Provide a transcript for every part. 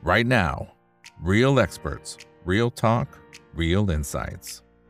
right now. Real experts, real talk, real insights.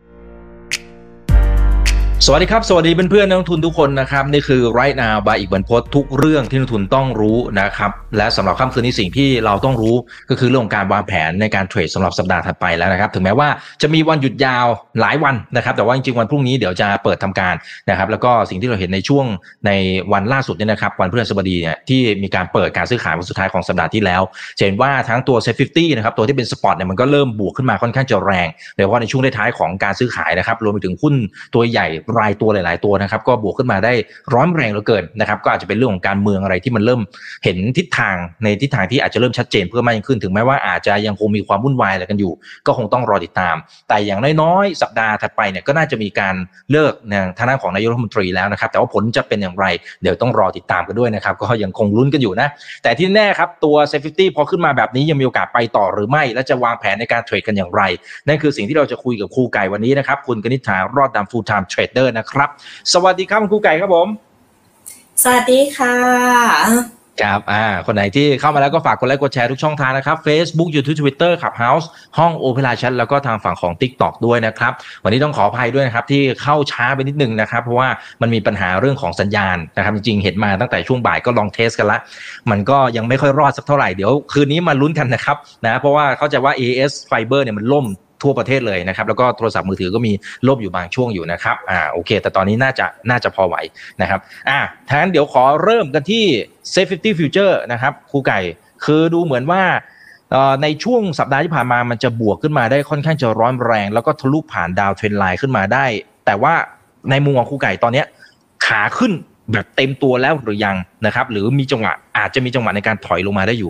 สวัสดีครับสวัสดีเพื่อนๆนักลงทุนทุกคนนะครับนี่คือ Right Now by อีกบรรพตทุกเรื่องที่นักลงทุนต้องรู้นะครับและสำหรับค่ำคืนนี้สิ่งที่เราต้องรู้ก็คือเรื่องของการวางแผนในการเทรดสำหรับสัปดาห์ถัดไปแล้วนะครับถึงแม้ว่าจะมีวันหยุดยาวหลายวันนะครับแต่ว่าจริงๆวันพรุ่งนี้เดี๋ยวจะเปิดทำการนะครับแล้วก็สิ่งที่เราเห็นในช่วงในวันล่าสุดเนี่ยนะครับวันพฤหัสบดีเนี่ยที่มีการเปิดการซื้อขายวันสุดท้ายของสัปดาห์ที่แล้วเห็นว่าทั้งตัว Set 50นะครับตัวที่เป็นสปอตเนี่ยมันก็เริ่มบวกขึ้นมาค่อนข้างจะแรงโดยเฉพาะในช่วงท้ายของการซื้อขายนะครับรวมไปถึงหุ้นตัวใหญ่รายตัวหลายๆตัวนะครับก็บวกขึ้นมาได้ร้อนแรงเหลือเกินนะครับก็อาจจะเป็นเรื่องของการเมืองอะไรที่มันเริ่มเห็นทิศทางในทิศทางที่อาจจะเริ่มชัดเจนเพิ่มมากยิ่งขึ้นถึงแม้ว่าอาจจะยังคงมีความวุ่นวายอะไรกันอยู่ก็คงต้องรอติดตามแต่อย่างน้อยๆสัปดาห์ถัดไปเนี่ยก็น่าจะมีการเลิกทางด้านของนายกรัฐมนตรีแล้วนะครับแต่ว่าผลจะเป็นอย่างไรเดี๋ยวต้องรอติดตามกันด้วยนะครับก็ยังคงลุ้นกันอยู่นะแต่ที่แน่ครับตัว Set 50พอขึ้นมาแบบนี้ยังมีโอกาสไปต่อหรือไม่และจะวางแผนในการเทรดกันอย่างไรนั่นคือสิ่งที่เราจะคุยกับครูไก่วันนี้นะครับคุณกนิษฐารอดดำ Full Time Trader นะครับสวัสดีครับครูไก่ครับผมสวัสดีค่ะครับคนไหนที่เข้ามาแล้วก็ฝากกดไลค์กดแชร์ทุกช่องทางนะครับ Facebook YouTube Twitter Clubhouse ห้อง Opera Chat แล้วก็ทางฝั่งของ TikTok ด้วยนะครับวันนี้ต้องขออภัยด้วยนะครับที่เข้าช้าไปนิดนึงนะครับเพราะว่ามันมีปัญหาเรื่องของสัญญาณนะครับจริงๆเห็นมาตั้งแต่ช่วงบ่ายก็ลองเทสกันละมันก็ยังไม่ค่อยรอดสักเท่าไหร่เดี๋ยวคืนนี้มาลุ้นกันนะครับนะเพราะว่าเข้าใจว่า AS Fiber เนี่ยมันล่มทั่วประเทศเลยนะครับแล้วก็โทรศัพท์มือถือก็มีล่มอยู่บางช่วงอยู่นะครับโอเคแต่ตอนนี้น่าจะพอไหวนะครับถ้างั้นเดี๋ยวขอเริ่มกันที่ Set 50 Future นะครับครูไก่คือดูเหมือนว่าในช่วงสัปดาห์ที่ผ่านมามันจะบวกขึ้นมาได้ค่อนข้างจะร้อนแรงแล้วก็ทะลุผ่านดาวเทรนไลน์ขึ้นมาได้แต่ว่าในมุมของครูไก่ตอนนี้ขาขึ้นแบบเต็มตัวแล้วหรือยังนะครับหรือมีจังหวะอาจจะมีจังหวะในการถอยลงมาได้อยู่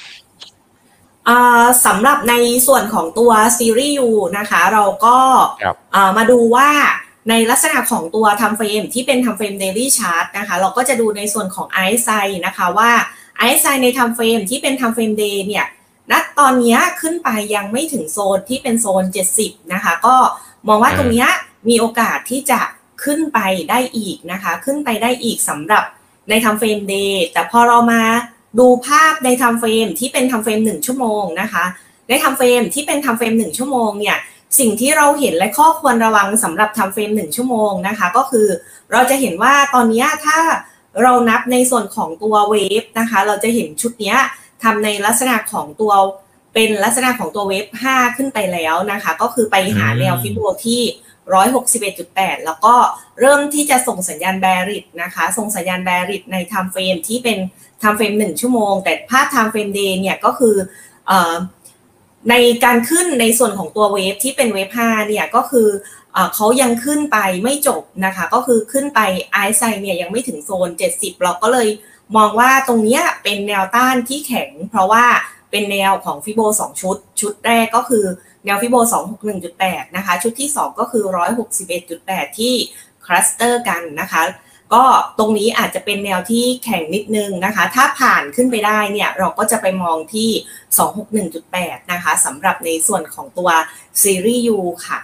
สำหรับในส่วนของตัวซีรีส์ U นะคะเราก็มาดูว่าในลักษณะของตัว Time Frame ที่เป็น Time Frame Daily Chart นะคะเราก็จะดูในส่วนของ RSI นะคะว่า RSI ใน Time Frame ที่เป็น Time Frame Day เนี่ยณตอนนี้ขึ้นไปยังไม่ถึงโซนที่เป็นโซน70นะคะก็มองว่าตรงนี้มีโอกาสที่จะขึ้นไปได้อีกนะคะขึ้นไปได้อีกสำหรับใน Time Frame Day แต่พอเรามาดูภาพใน Time Frame ที่เป็น Time Frame 1 ชั่วโมงนะคะใน Time Frame ที่เป็น Time Frame 1 ชั่วโมงเนี่ยสิ่งที่เราเห็นและข้อควรระวังสำหรับ Time Frame 1 ชั่วโมงนะคะก็คือเราจะเห็นว่าตอนนี้ถ้าเรานับในส่วนของตัวเวฟนะคะเราจะเห็นชุดนี้ทำในลักษณะของตัวเป็นลักษณะของตัวเวฟ5ขึ้นไปแล้วนะคะก็คือไปหาแนวฟิโบที่ 161.8 แล้วก็เริ่มที่จะส่งสัญญาณ bearish นะคะส่งสัญญาณ bearish ใน Time Frame ที่เป็นTime Frame 1 ชั่วโมงแต่ภาพ Time Frame Day เนี่ยก็คือในการขึ้นในส่วนของตัวเวฟที่เป็นเวฟ5เนี่ยก็คือเขายังขึ้นไปไม่จบนะคะก็คือขึ้นไป RSI เนี่ยยังไม่ถึงโซน70เราก็เลยมองว่าตรงนี้เป็นแนวต้านที่แข็งเพราะว่าเป็นแนวของฟิโบ2ชุดแรกก็คือแนวฟิโบ 261.8 นะคะชุดที่2ก็คือ 161.8 ที่คลัสเตอร์กันนะคะก็ตรงนี้อาจจะเป็นแนวที่แข็งนิดนึงนะคะถ้าผ่านขึ้นไปได้เนี่ยเราก็จะไปมองที่ 261.8 นะคะสำหรับในส่วนของตัวซีรีส์ U ค่ะ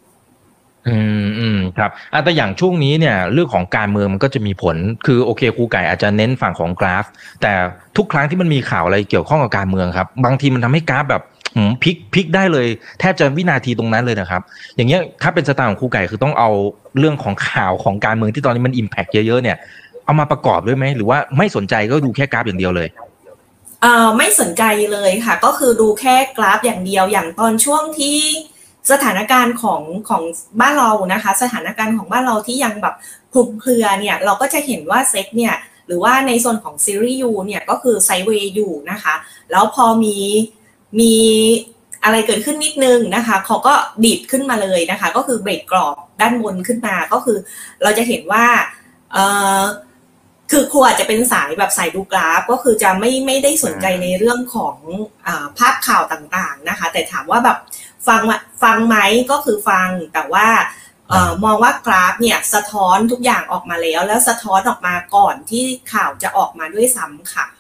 ครับแต่อย่างช่วงนี้เนี่ยเรื่องของการเมืองมันก็จะมีผลคือโอเคครูไก่อาจจะเน้นฝั่งของกราฟแต่ทุกครั้งที่มันมีข่าวอะไรเกี่ยวข้องกับการเมืองครับบางทีมันทำให้กราฟแบบพลิกได้เลยแทบจะวินาทีตรงนั้นเลยนะครับอย่างเงี้ยถ้าเป็นสไตล์ของครูไก่คือต้องเอาเรื่องของข่าวของการเมืองที่ตอนนี้มัน impact เยอะๆเนี่ยเอามาประกอบด้วยไหมหรือว่าไม่สนใจก็ดูแค่กราฟอย่างเดียวเลยไม่สนใจเลยค่ะก็คือดูแค่กราฟอย่างเดียวอย่างตอนช่วงที่สถานการณ์ของบ้านเรานะคะสถานการณ์ของบ้านเราที่ยังแบบคลุมเครือเนี่ยเราก็จะเห็นว่าเซ็ตเนี่ยหรือว่าในส่วนของซีรีส์ U เนี่ยก็คือไซด์เวย์อยู่นะคะแล้วพอมีอะไรเกิดขึ้นนิดนึงนะคะเขาก็ดีดขึ้นมาเลยนะคะก็คือเบรกกรอบด้านบนขึ้นมาก็คือเราจะเห็นว่าคือครูอาจจะเป็นสายแบบสายดูกราฟก็คือจะไม่ได้สนใจในเรื่องของภาพข่าวต่างๆนะคะแต่ถามว่าแบบฟังไหมก็คือฟังแต่ว่ามองว่ากราฟเนี่ยสะท้อนทุกอย่างออกมาแล้วสะท้อนออกมาก่อนที่ข่าวจะออกมาด้วยซ้ำค่ะ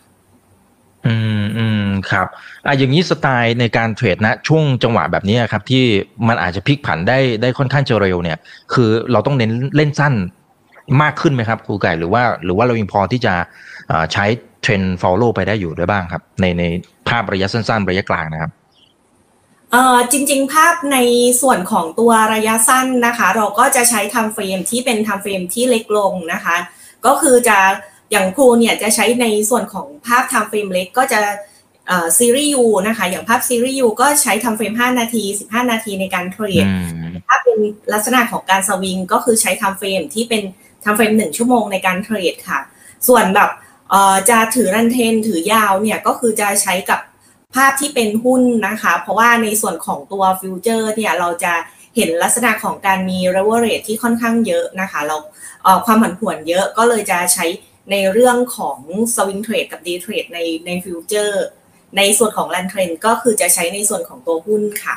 ครับอย่างนี้สไตล์ในการเทรดนะช่วงจังหวะแบบนี้ครับที่มันอาจจะพลิกผันได้ค่อนข้างจะเร็วเนี่ยคือเราต้องเน้นเล่นสั้นมากขึ้นไหมครับครูไก่หรือว่าเรายังพอที่จะใช้เทรนด์ follow ไปได้อยู่ด้วยบ้างครับในภาพระยะสั้นๆระยะกลางนะครับจริงๆภาพในส่วนของตัวระยะสั้นนะคะเราก็จะใช้ไทม์เฟรมที่เป็นไทม์เฟรมที่เล็กลงนะคะก็คือจะอย่างครูเนี่ยจะใช้ในส่วนของภาพไทม์เฟรมเล็กก็จะซีรีส์ U นะคะอย่างภาพซีรีส์ U ก็ใช้ไทม์เฟรม5นาที15นาทีในการเทรดถ้าเป็นลักษณะของการสวิงก็คือใช้ไทม์เฟรมที่เป็นไทม์เฟรม1ชั่วโมงในการเทรดค่ะส่วนแบบจะถือรันเทนถือยาวเนี่ยก็คือจะใช้กับภาพที่เป็นหุ้นนะคะเพราะว่าในส่วนของตัวฟิวเจอร์เนี่ยเราจะเห็นลักษณะของการมี leverage ที่ค่อนข้างเยอะนะคะเราความผันผวนเยอะก็เลยจะใช้ในเรื่องของ swing trade กับ day trade ในฟิวเจอร์ในส่วนของ run trend ก็คือจะใช้ในส่วนของตัวหุ้นค่ะ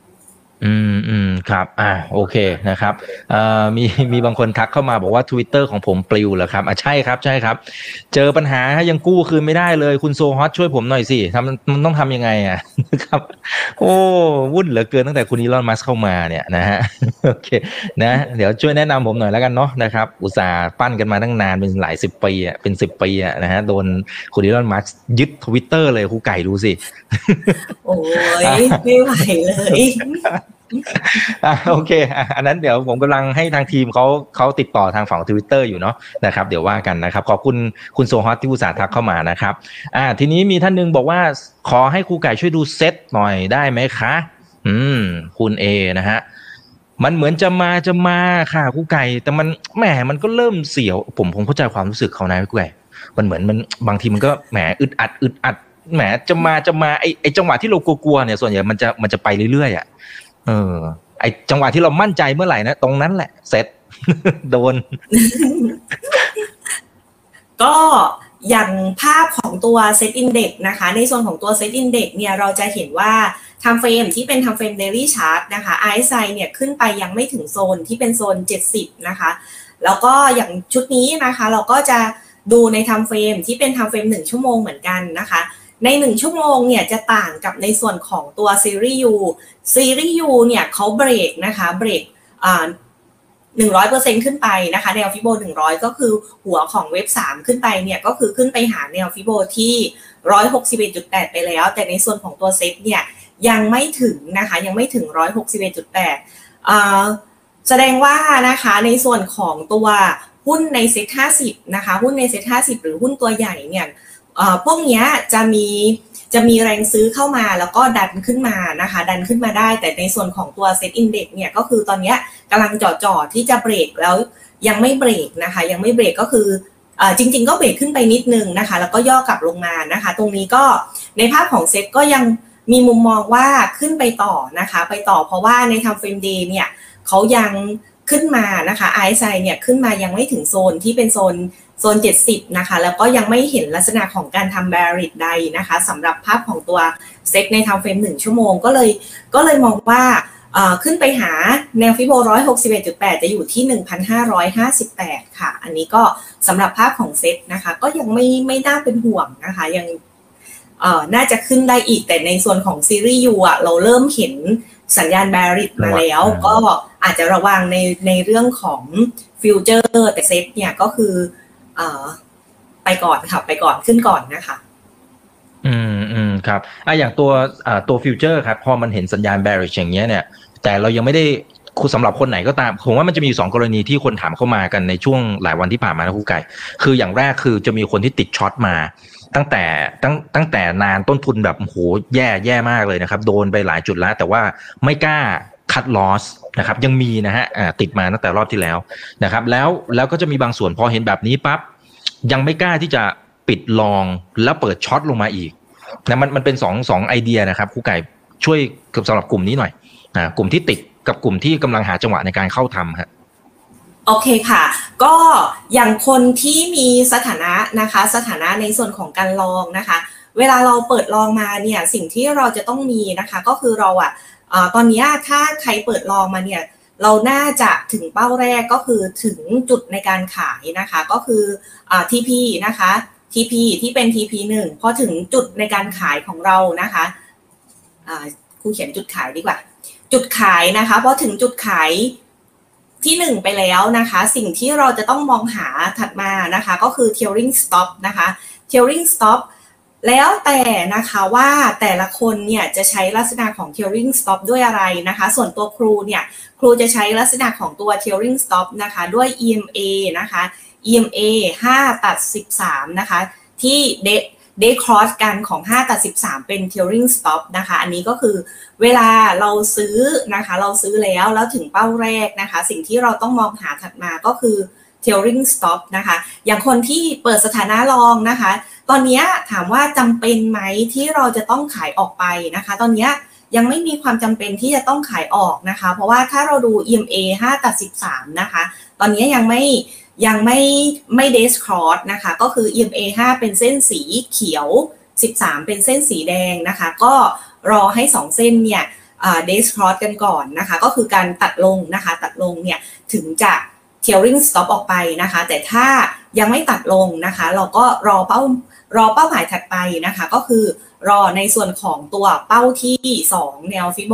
ครับโอเคนะครับมีบางคนทักเข้ามาบอกว่า Twitter ของผมปลิวเหรอครับใช่ครับเจอปัญหายังกู้คืนไม่ได้เลยคุณโซฮอตช่วยผมหน่อยสิมันต้องทำยังไงครับโอ้วุ่นเหลือเกินตั้งแต่คุณอีลอนมัสก์เข้ามาเนี่ยนะฮะโอเคนะเดี๋ยวช่วยแนะนำผมหน่อยแล้วกันเนาะนะครับอุตส่าห์ปั้นกันมาตั้งนานเป็นหลาย10 ปีเป็น10 ปีนะฮะโดนคุณอีลอนมัสก์ยึด Twitter เลยครูไก่ดูสิโอ้ยไม่ไหวเลยโอเคอันนั้นเดี๋ยวผมกำลังให้ทางทีมเขาติดต่อทางฝั่ง Twitter อยู่เนาะนะครับเดี๋ยวว่ากันนะครับขอบคุณโซฮอตที่อุตส่าห์ทักเข้ามานะครับทีนี้มีท่านนึงบอกว่าขอให้ครูไก่ช่วยดูเซตหน่อยได้ไหมคะคุณเอนะฮะมันเหมือนจะมาค่ะครูไก่แต่มันแหมมันก็เริ่มเสียวผมเข้าใจความรู้สึกเขานะครูไก่มันเหมือนมันบางทีมันก็แหมอึดอัดแหมจะมาไอจังหวะที่เรากลัวเนี่ยส่วนใหญ่มันจะไปเรื่อยๆไอจังหวะที่เรามั่นใจเมื่อไหร่นะตรงนั้นแหละเสร็จโดนก็อย่างภาพของตัว Set Index นะคะในส่วนของตัว Set Index เนี่ยเราจะเห็นว่า Time Frame ที่เป็น Time Frame Daily Chart นะคะ RSI เนี่ยขึ้นไปยังไม่ถึงโซนที่เป็นโซน70นะคะแล้วก็อย่างชุดนี้นะคะเราก็จะดูใน Time Frame ที่เป็น Time Frame 1ชั่วโมงเหมือนกันนะคะใน1ชั่วโมงเนี่ยจะต่างกับในส่วนของตัวซีรีส์ U เนี่ยเขาเบรกนะคะเบรก100% ขึ้นไปนะคะแนวฟิโบ100ก็คือหัวของเว็บ3ขึ้นไปเนี่ยก็คือขึ้นไปหาแนวฟิโบที่ 161.8 ไปแล้วแต่ในส่วนของตัวเซ็ตเนี่ยยังไม่ถึงนะคะยังไม่ถึง 161.8 แสดงว่านะคะในส่วนของตัวหุ้นในเซ็ต50นะคะหุ้นในเซ็ต50หรือหุ้นตัวใหญ่เนี่ยพวกนี้จะมีแรงซื้อเข้ามาแล้วก็ดันขึ้นมานะคะดันขึ้นมาได้แต่ในส่วนของตัว Set Index เนี่ยก็คือตอนนี้กำลังจ่อที่จะเบรกแล้วยังไม่เบรกนะคะยังไม่เบรกก็คือจริงๆก็เบรกขึ้นไปนิดนึงนะคะแล้วก็ย่อกลับลงมานะคะตรงนี้ก็ในภาพของเซ็ตก็ยังมีมุมมองว่าขึ้นไปต่อนะคะไปต่อเพราะว่าใน Time Frame Day เนี่ยเขายังขึ้นมานะคะ RSI เนี่ยขึ้นมายังไม่ถึงโซนที่เป็นโซน70นะคะแล้วก็ยังไม่เห็นลักษณะของการทำ bearish ใดนะคะสำหรับภาพของตัวเซ็ตใน Time Frame 1ชั่วโมงก็เลยมองว่าขึ้นไปหาแนวฟิโบ 161.8 จะอยู่ที่ 1,558 ค่ะอันนี้ก็สำหรับภาพของเซ็ตนะคะก็ยังไม่น่าเป็นห่วงนะคะยังน่าจะขึ้นได้อีกแต่ในส่วนของซีรีส์ U เราเริ่มเห็นสัญญาณ bearish มาแล้วก็อาจจะระวังในเรื่องของฟิวเจอร์แต่เซ็ตเนี่ยก็คือไปก่อนค่ะไปก่อนขึ้นก่อนนะคะครับอย่างตัวฟิวเจอร์ครับพอมันเห็นสัญญาณ bearish อย่างเงี้ยเนี่ยแต่เรายังไม่ได้สำหรับคนไหนก็ตามผมว่ามันจะมี2กรณีที่คนถามเข้ามากันในช่วงหลายวันที่ผ่านมานะครูไก่คืออย่างแรกคือจะมีคนที่ติดช็อตมาตั้งแต่นานต้นทุนแบบโหแย่มากเลยนะครับโดนไปหลายจุดแล้วแต่ว่าไม่กล้าคัทลอสนะครับยังมีนะฮะติดมาตั้งแต่รอบที่แล้วนะครับแล้วก็จะมีบางส่วนพอเห็นแบบนี้ปั๊บยังไม่กล้าที่จะปิดลองแล้วเปิดช็อตลงมาอีกนะมันเป็น2ไอเดียนะครับครูไก่ช่วยสำหรับกลุ่มนี้หน่อยกลุ่มที่ติดกับกลุ่มที่กำลังหาจังหวะในการเข้าทำฮะโอเคค่ะก็อย่างคนที่มีสถานะในส่วนของการลองนะคะเวลาเราเปิดลองมาเนี่ยสิ่งที่เราจะต้องมีนะคะก็คือเราตอนนี้ถ้าใครเปิดลองมาเนี่ยเราน่าจะถึงเป้าแรกก็คือถึงจุดในการขายนะคะก็คือTP นะคะ TP ที่เป็น TP1 พอถึงจุดในการขายของเรานะคะครูเขียนจุดขายดีกว่าจุดขายนะคะพอถึงจุดขายที่1ไปแล้วนะคะสิ่งที่เราจะต้องมองหาถัดมานะคะก็คือ trailing stop นะคะ trailing stop แล้วแต่นะคะว่าแต่ละคนเนี่ยจะใช้ลักษณะของ trailing stop ด้วยอะไรนะคะส่วนตัวครูเนี่ยครูจะใช้ลักษณะของตัว trailing stop นะคะด้วย EMA นะคะ EMA 5/13นะคะที่day cross กันของ5/13เป็น trailing stop นะคะอันนี้ก็คือเวลาเราซื้อนะคะเราซื้อแล้วถึงเป้าแรกนะคะสิ่งที่เราต้องมองหาถัดมาก็คือ trailing stop นะคะอย่างคนที่เปิดสถานะรองนะคะตอนนี้ถามว่าจำเป็นไหมที่เราจะต้องขายออกไปนะคะตอนนี้ยังไม่มีความจำเป็นที่จะต้องขายออกนะคะเพราะว่าถ้าเราดู EMA 5/13นะคะตอนนี้ยังไม่days cross นะคะก็คือ EMA 5เป็นเส้นสีเขียว13เป็นเส้นสีแดงนะคะก็รอให้2เส้นเนี่ยdays cross กันก่อนนะคะก็คือการตัดลงนะคะตัดลงเนี่ยถึงจะ trailing stop ออกไปนะคะแต่ถ้ายังไม่ตัดลงนะคะเราก็รอเป้าหมายถัดไปนะคะก็คือรอในส่วนของตัวเป้าที่2แนวฟิโบ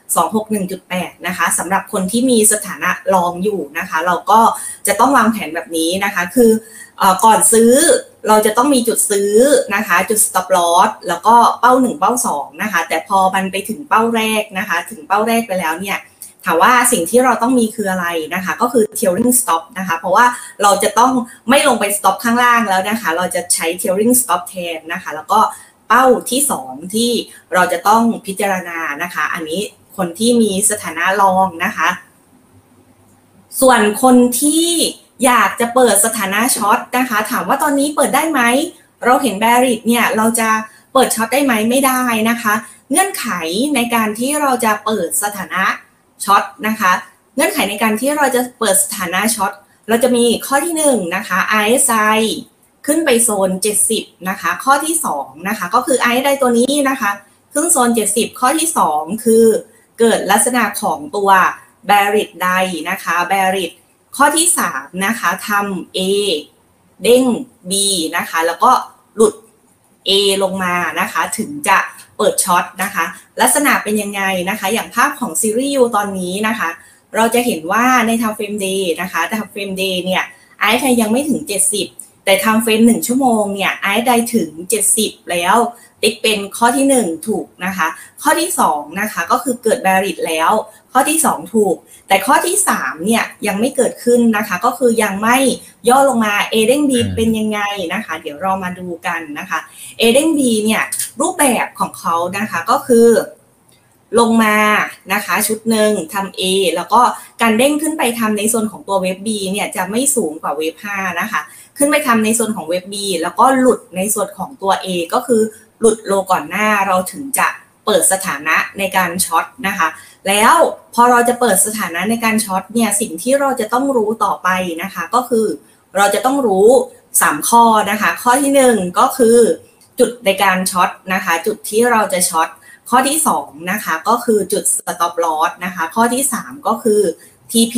261.8 นะคะสำหรับคนที่มีสถานะรองอยู่นะคะเราก็จะต้องวางแผนแบบนี้นะคะคือก่อนซื้อเราจะต้องมีจุดซื้อนะคะจุด stop loss แล้วก็เป้า1เป้า2นะคะแต่พอมันไปถึงเป้าแรกนะคะถึงเป้าแรกไปแล้วเนี่ยถามว่าสิ่งที่เราต้องมีคืออะไรนะคะก็คือ trailing stop นะคะเพราะว่าเราจะต้องไม่ลงไป stop ข้างล่างแล้วนะคะเราจะใช้ trailing stop แทนนะคะแล้วก็เป้าที่2ที่เราจะต้องพิจารณานะคะอันนี้คนที่มีสถานะรองนะคะส่วนคนที่อยากจะเปิดสถานะช็อตนะคะถามว่าตอนนี้เปิดได้ไหมเราเห็น bearish เนี่ยเราจะเปิดช็อตได้ไหมไม่ได้นะคะเงื่อนไขในการที่เราจะเปิดสถานะช็อตนะคะเงื่อนไขในการที่เราจะเปิดสถานะช็อตเราจะมีข้อที่1นะคะ RSI ขึ้นไปโซน70นะคะข้อที่2นะคะก็คือ RSI ตัวนี้นะคะขึ้นโซน70ข้อที่2คือเกิดลักษณะของตัว bearish ใดนะคะ bearish ข้อที่3นะคะทำ A เด้ง B นะคะแล้วก็หลุด A ลงมานะคะถึงจะเปิดช็อตนะคะลักษณะเป็นยังไงนะคะอย่างภาพของซีรีส์ U ตอนนี้นะคะเราจะเห็นว่าใน time frame day นะคะ time frame day เนี่ย RSI ยังไม่ถึง70แต่ time frame 1 ชั่วโมงเนี่ย RSI ถึง70แล้วติ๊กเป็นข้อที่1ถูกนะคะข้อที่2นะคะก็คือเกิด bearish แล้วข้อที่2ถูกแต่ข้อที่3เนี่ยยังไม่เกิดขึ้นนะคะก็คือยังไม่ย่อลงมา A เด้ง B เป็นยังไงนะคะเดี๋ยวเรามาดูกันนะคะ A เด้ง B เนี่ยรูปแบบของเขานะคะก็คือลงมานะคะชุดหนึ่งทำ A แล้วก็การเด้งขึ้นไปทำในโซนของตัวเว็บ B เนี่ยจะไม่สูงกว่าเว็บ5นะคะขึ้นไปทำในโซนของเว็บ B แล้วก็หลุดในส่วนของตัว A ก็คือหลุดโลก่อนหน้าเราถึงจะเปิดสถานะในการช็อตนะคะแล้วพอเราจะเปิดสถานะในการช็อตเนี่ยสิ่งที่เราจะต้องรู้ต่อไปนะคะก็คือเราจะต้องรู้3ข้อนะคะข้อที่1ก็คือจุดในการช็อตนะคะจุดที่เราจะช็อตข้อที่2นะคะก็คือจุด stop loss นะคะข้อที่3ก็คือ TP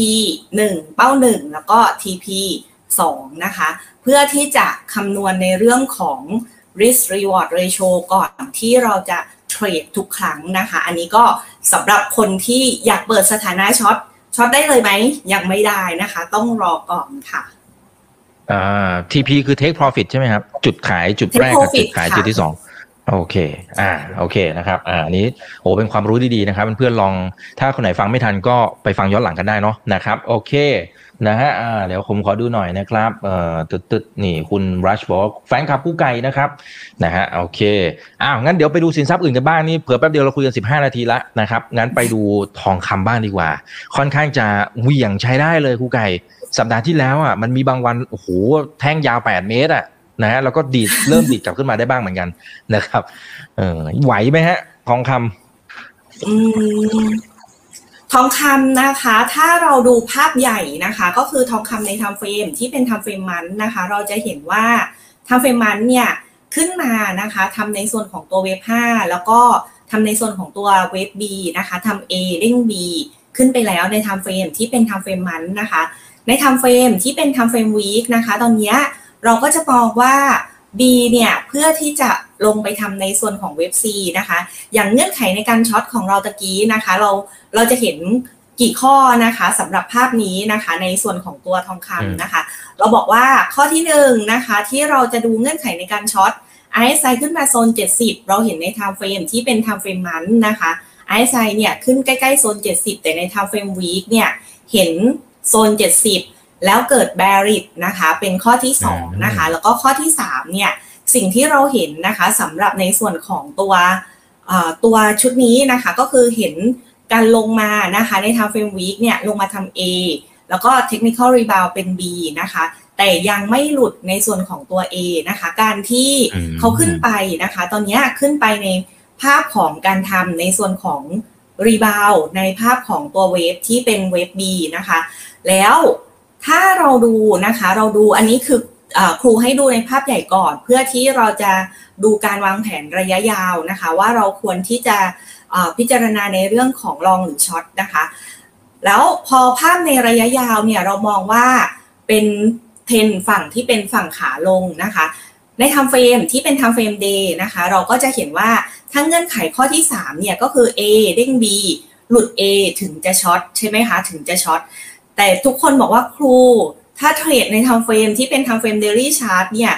1เป้า1แล้วก็ TP 2นะคะเพื่อที่จะคำนวณในเรื่องของ risk reward ratio ก่อนที่เราจะเทรดทุกครั้งนะคะอันนี้ก็สำหรับคนที่อยากเปิดสถานะช็อตได้เลยไหมยังไม่ได้นะคะต้องรอก่อนค่ะ TP คือ take profit ใช่ไหมครับจุดขายจุดแรกกับจุดขายจุดที่2โอเคโอเคนะครับอันนี้โอ้เป็นความรู้ดีๆนะครับเพื่อนๆลองถ้าคนไหนฟังไม่ทันก็ไปฟังย้อนหลังกันได้เนาะนะครับโอเคนะฮะเดี๋ยวผมขอดูหน่อยนะครับตึ๊ดนี่คุณรัชบอกแฟนคลับกู้ไก่นะครับนะฮะโอเคงั้นเดี๋ยวไปดูสินทรัพย์อื่นกันบ้างนี่เผื่อแป๊บเดียวเราคุยกัน15นาทีละนะครับงั้นไปดูทองคำบ้างดีกว่าค่อนข้างจะเหวี่ยงใช้ได้เลยกู้ไก่สัปดาห์ที่แล้วมันมีบางวันโอ้โหแท่งยาว8เมตรนะฮะแล้วก็เริ่มดีดกลับขึ้นมาได้บ้างเหมือนกันนะครับไหวไหมฮะทองคำทองคำนะคะถ้าเราดูภาพใหญ่นะคะก็คือทองคำใน time frame ที่เป็น time frame month นะคะเราจะเห็นว่า time frame month เนี่ยขึ้นมานะคะทำในส่วนของตัวเวฟ5แล้วก็ทำในส่วนของตัวเวฟ B นะคะทำ A เด้ง B ขึ้นไปแล้วใน time frame ที่เป็น time frame month นะคะใน time frame ที่เป็น time frame week นะคะตอนนี้เราก็จะมองว่า B เนี่ยเพื่อที่จะลงไปทำในส่วนของเว็บ C นะคะอย่างเงื่อนไขในการช็อตของเราตะกี้นะคะเราจะเห็นกี่ข้อนะคะสำหรับภาพนี้นะคะในส่วนของตัวทองคำนะคะเราบอกว่าข้อที่1นะคะที่เราจะดูเงื่อนไขในการช็อต RSI ขึ้นมาโซน70เราเห็นใน time frame ที่เป็น time frame มันนะคะRSI เนี่ยขึ้นใกล้ๆโซน70แต่ใน time frame week เนี่ยเห็นโซน70แล้วเกิด bearish นะคะเป็นข้อที่2นะคะแล้วก็ข้อที่3เนี่ยสิ่งที่เราเห็นนะคะสำหรับในส่วนของตัวชุดนี้นะคะก็คือเห็นการลงมานะคะใน time frame week เนี่ยลงมาทำ A แล้วก็ technical rebound เป็น B นะคะแต่ยังไม่หลุดในส่วนของตัว A นะคะการที่เขาขึ้นไปนะคะตอนนี้ขึ้นไปในภาพของการทำในส่วนของ rebound ในภาพของตัวเวฟที่เป็นเวฟ B นะคะแล้วถ้าเราดูนะคะเราดูอันนี้คือครูให้ดูในภาพใหญ่ก่อนเพื่อที่เราจะดูการวางแผนระยะยาวนะคะว่าเราควรที่จะพิจารณาในเรื่องของลองหรือช็อตนะคะแล้วพอภาพในระยะยาวเนี่ยเรามองว่าเป็นเทรนฝั่งที่เป็นฝั่งขาลงนะคะใน time frame ที่เป็น time frame day นะคะเราก็จะเห็นว่าทั้งเงื่อนไขข้อที่3เนี่ยก็คือ A เด้ง B หลุด A ถึงจะช็อตใช่ไหมคะถึงจะช็อตแต่ทุกคนบอกว่าครูถ้าเทรดใน time frame ที่เป็น time frame daily chart เนี่ย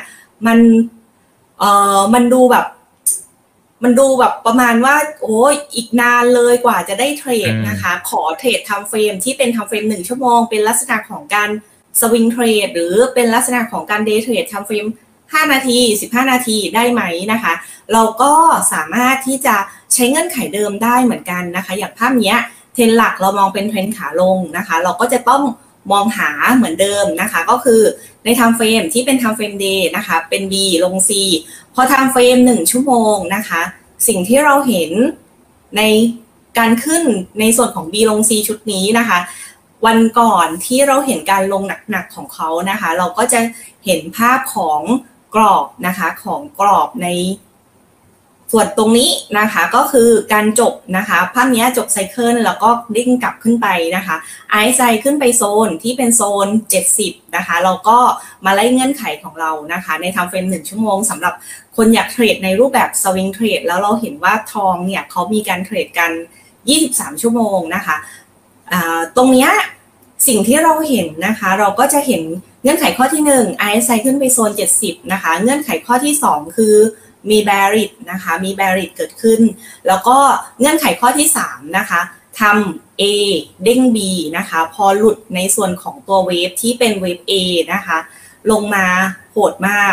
มันดูแบบประมาณว่าโอ้ยอีกนานเลยกว่าจะได้เทรดนะคะขอเทรด time frame ที่เป็น time frame 1 ชั่วโมงเป็นลักษณะของการสวิงเทรดหรือเป็นลักษณะของการเดย์เทรด time frame 5 นาที15 นาทีได้ไหมนะคะเราก็สามารถที่จะใช้เงื่อนไขเดิมได้เหมือนกันนะคะอย่างภาพนี้เทรนหลักเรามองเป็นเทรนขาลงนะคะเราก็จะต้องมองหาเหมือนเดิมนะคะก็คือใน time frame ที่เป็น time frame day นะคะเป็น B ลง C พอ time frame 1 ชั่วโมงนะคะสิ่งที่เราเห็นในการขึ้นในส่วนของ B ลง C ชุดนี้นะคะวันก่อนที่เราเห็นการลงหนักๆของเขานะคะเราก็จะเห็นภาพของกรอบนะคะของกรอบในส่วนตรงนี้นะคะก็คือการจบนะคะภาพนี้จบไซเคิลแล้วก็ดิ้งกลับขึ้นไปนะคะ RSI ขึ้นไปโซนที่เป็นโซน70นะคะเราก็มาไล่เงื่อนไขของเรานะคะใน time frame 1 ชั่วโมงสำหรับคนอยากเทรดในรูปแบบสวิงเทรดแล้วเราเห็นว่าทองเนี่ยเขามีการเทรดกัน23 ชั่วโมงนะคะตรงนี้สิ่งที่เราเห็นนะคะเราก็จะเห็นเงื่อนไขข้อที่1 RSI ขึ้นไปโซน70นะคะเงื่อนไขข้อที่2คือมี bearish นะคะมี bearish เกิดขึ้นแล้วก็เงื่อนไขข้อที่3นะคะทำ A เด้ง B นะคะพอหลุดในส่วนของตัวเวฟที่เป็นเวฟ A นะคะลงมาโหดมาก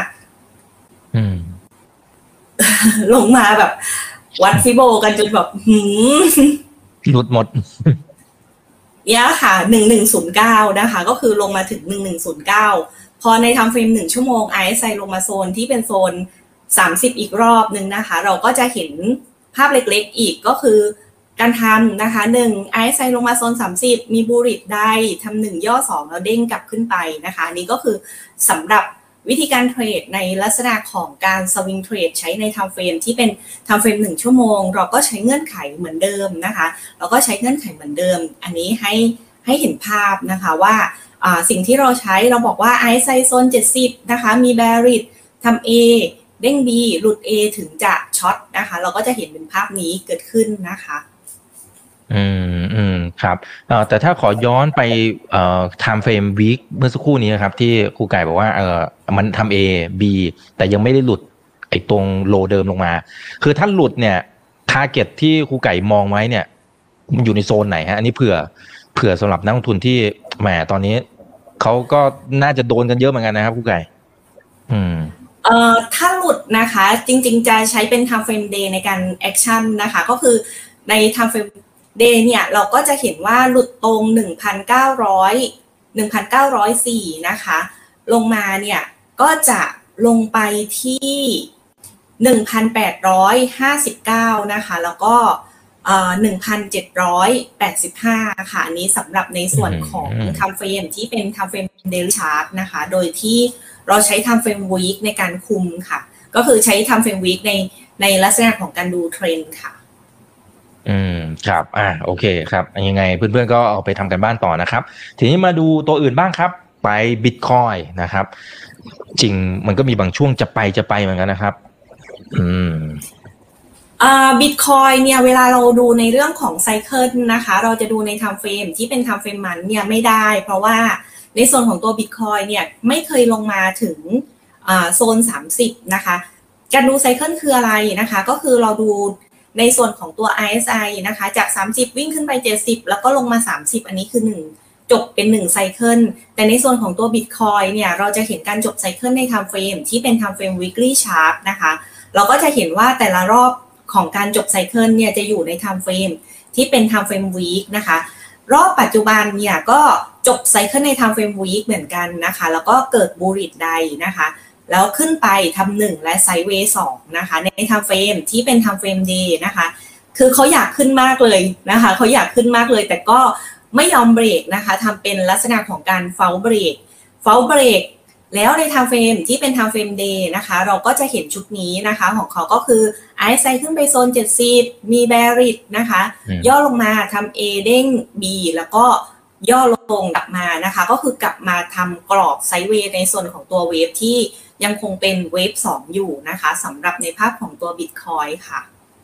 ลงมาแบบวัดฟิโบกันจนแบบหลุดหมดเนี่ยค่ะ1109นะคะก็คือลงมาถึง1109พอใน time frame 1 ชั่วโมง RSI ลงมาโซนที่เป็นโซน30อีกรอบนึงนะคะเราก็จะเห็นภาพเล็กๆอีกก็คือการทำนะคะ1 RSI ลงมาโซน30มีบูริตได้ทำ1ย่อ2แล้วเด้งกลับขึ้นไปนะคะนี่ก็คือสำหรับวิธีการเทรดในลักษณะของการสวิงเทรดใช้ใน time frame ที่เป็น time frame 1 ชั่วโมงเราก็ใช้เงื่อนไขเหมือนเดิมนะคะเราก็ใช้เงื่อนไขเหมือนเดิมอันนี้ให้เห็นภาพนะคะว่าสิ่งที่เราใช้เราบอกว่า RSI โซน70นะคะมี bearish ทำ A เด้ง B หลุด A ถึงจะช็อตนะคะเราก็จะเห็นเป็นภาพนี้เกิดขึ้นนะคะครับแต่ถ้าขอย้อนไปtime frame week เมื่อสักครู่นี้ครับที่ครูไก่บอกว่ามันทำ A B แต่ยังไม่ได้หลุดไอ้ตรงโลเดิมลงมาคือถ้าหลุดเนี่ย target ที่ครูไก่มองไว้เนี่ยมันอยู่ในโซนไหนฮะอันนี้เผื่อสำหรับนักลงทุนที่แหมตอนนี้เขาก็น่าจะโดนกันเยอะเหมือนกันนะครับครูไก่ถ้าหลุดนะคะจริงๆจะใช้เป็น time frame day ในการแอคชั่นนะคะก็คือใน time frame day เนี่ยเราก็จะเห็นว่าหลุดตรง 1,904 นะคะลงมาเนี่ยก็จะลงไปที่ 1,859 นะคะแล้วก็1,785 ค่ะอันนี้สำหรับในส่วนของ time frame ที่เป็น time frame daily chart นะคะโดยที่เราใช้ time frame week ในการคุมค่ะก็คือใช้ time frame week ในลักษณะของการดูเทรนด์ค่ะครับโอเคครับยังไงเพื่อนๆก็เอาไปทำกันบ้านต่อนะครับทีนี้มาดูตัวอื่นบ้างครับไป Bitcoin นะครับจริงมันก็มีบางช่วงจะไปเหมือนกันนะครับบิตคอยเนี่ยเวลาเราดูในเรื่องของไซเคิลนะคะเราจะดูในไทม์เฟรมที่เป็นไทม์เฟรมมันเนี่ยไม่ได้เพราะว่าในส่วนของตัวบิตคอยเนี่ยไม่เคยลงมาถึงโซน30นะคะการดูไซเคิลคืออะไรนะคะก็คือเราดูในส่วนของตัว RSI นะคะจาก30วิ่งขึ้นไป70แล้วก็ลงมา30อันนี้คือ1จบเป็น1ไซเคิลแต่ในส่วนของตัว Bitcoin เนี่ยเราจะเห็นการจบไซเคิลใน time frame ที่เป็น time frame weekly chart นะคะเราก็จะเห็นว่าแต่ละรอบของการจบไซเคิลเนี่ยจะอยู่ใน time frame ที่เป็น time frame week นะคะรอบปัจจุบันเนี่ยก็จบไซเคิลใน time frame week เหมือนกันนะคะแล้วก็เกิด bullish ใดนะคะแล้วขึ้นไปทำ1และไซด์เวย์2นะคะใน time frame ที่เป็น time frame day นะคะคือเขาอยากขึ้นมากเลยนะคะเขาอยากขึ้นมากเลยแต่ก็ไม่ยอมเบรกนะคะทำเป็นลักษณะของการเฟลเบรกแล้วใน time frame ที่เป็น time frame day นะคะเราก็จะเห็นชุดนี้นะคะของเขาก็คือ RSI ขึ้นไปโซน70มี bearish นะคะย่อลงมาทำ A เด้ง B แล้วก็ย่อลงกลับมานะคะก็คือกลับมาทำกรอบไซด์เวย์ในส่วนของตัวเวฟที่ยังคงเป็นเวฟ2อยู่นะคะสำหรับในภาพของตัว Bitcoin ค่ะ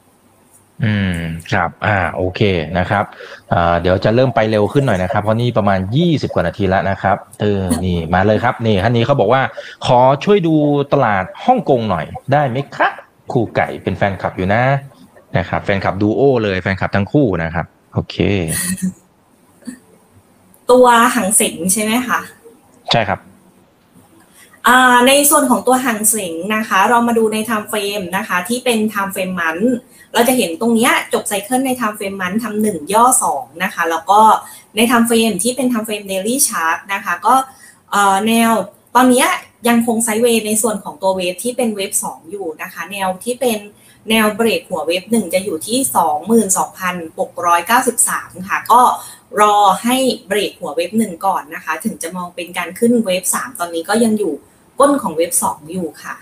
ครับโอเคนะครับเดี๋ยวจะเริ่มไปเร็วขึ้นหน่อยนะครับเพราะนี่ประมาณ20กว่านาทีแล้วนะครับนี่มาเลยครับนี่ท่านนี้เขาบอกว่าขอช่วยดูตลาดฮ่องกงหน่อยได้ไหมครับครูไก่เป็นแฟนคลับอยู่นะครับแฟนคลับดูโอเลยแฟนคลับทั้งคู่นะครับโอเคตัวหังเส็งใช่ไหมคะใช่ครับในส่วนของตัวหังเส็งนะคะเรามาดูใน time frame นะคะที่เป็น time frame มันเราจะเห็นตรงนี้จบไซเคิลใน time frame มันทำ1ย่อ2นะคะแล้วก็ใน time frame ที่เป็น time frame daily chart นะคะก็แนวตอนนี้ยังคงไซด์เวย์ในส่วนของตัวเวฟที่เป็นเวฟ2อยู่นะคะแนวที่เป็นแนวเบรกหัวเวฟ1จะอยู่ที่ 22,693 ค่ะก็รอให้เบรกหัวเวฟ1ก่อนนะคะถึงจะมองเป็นการขึ้นเวฟ3ตอนนี้ก็ยังอยู่ก้นของเวฟ2อยู่ค่ะ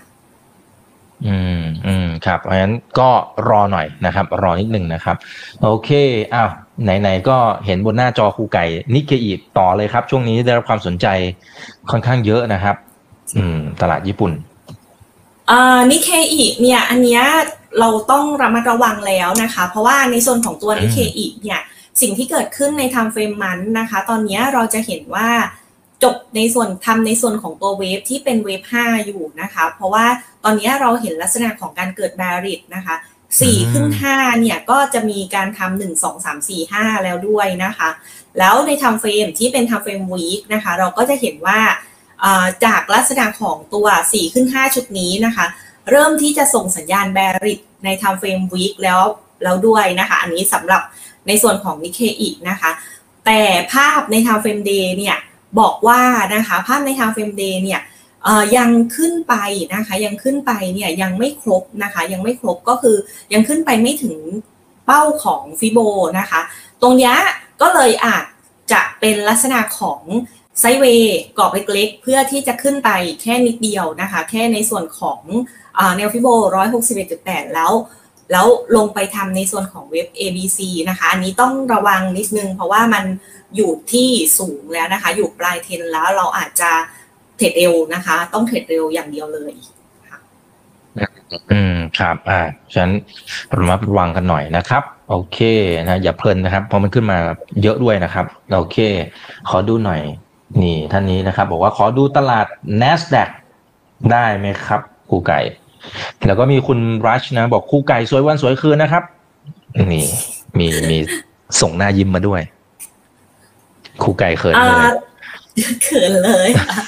ครับเพราะฉะนั้นก็รอหน่อยนะครับรอนิดนึงนะครับโอเคไหนก็เห็นบนหน้าจอครูไก่นิกเกอิต่อเลยครับช่วงนี้ได้รับความสนใจค่อนข้างเยอะนะครับตลาดญี่ปุ่นนิเคอิเนี่ยอันเนี้ยเราต้องระมัดระวังแล้วนะคะเพราะว่าในส่วนของตัวนิเคอิเนี่ยสิ่งที่เกิดขึ้นใน time frame มันนะคะตอนนี้เราจะเห็นว่าจบในส่วนของตัวเวฟที่เป็นเวฟ5อยู่นะคะเพราะว่าตอนนี้เราเห็นลักษณะของการเกิด bearish นะคะ4ขึ้น5เนี่ยก็จะมีการทำ1 2 3 4 5แล้วด้วยนะคะแล้วใน time frame ที่เป็น time frame week นะคะเราก็จะเห็นว่าจากลักษณะของตัว4ขึ้น5ชุดนี้นะคะเริ่มที่จะส่งสัญญาณ bearish ใน time frame week แล้วด้วยนะคะอันนี้สำหรับในส่วนของ Nikkei นะคะแต่ภาพใน time frame day เนี่ยบอกว่านะคะภาพใน time frame day เนี่ยยังขึ้นไปนะคะยังขึ้นไปเนี่ยยังไม่ครบนะคะยังไม่ครบก็คือยังขึ้นไปไม่ถึงเป้าของฟิโบนะคะตรงนี้ก็เลยอาจจะเป็นลักษณะของไซด์เวย์กรอบเล็กๆเพื่อที่จะขึ้นไปแค่นิดเดียวนะคะแค่ในส่วนของแนวฟิโบ 161.8 แล้วลงไปทำในส่วนของเว็บ ABC นะคะอันนี้ต้องระวังนิดนึงเพราะว่ามันอยู่ที่สูงแล้วนะคะอยู่ปลายเทรนแล้วเราอาจจะเทรดเร็วนะคะต้องเทรดเร็วอย่างเดียวเลยค่ะครับฉะนั้นระมัดระวังกันหน่อยนะครับโอเคนะอย่าเพลินนะครับเพราะมันขึ้นมาเยอะด้วยนะครับโอเคขอดูหน่อยนี่ท่านนี้นะครับบอกว่าขอดูตลาด NASDAQ ได้ไหมครับครูไก่แล้วก็มีคุณรัชนะบอกครูไก่สวยวันสวยคืนนะครับนี่มีส่งหน้ายิ้มมาด้วยครูไก่เขินเลยเขินเลย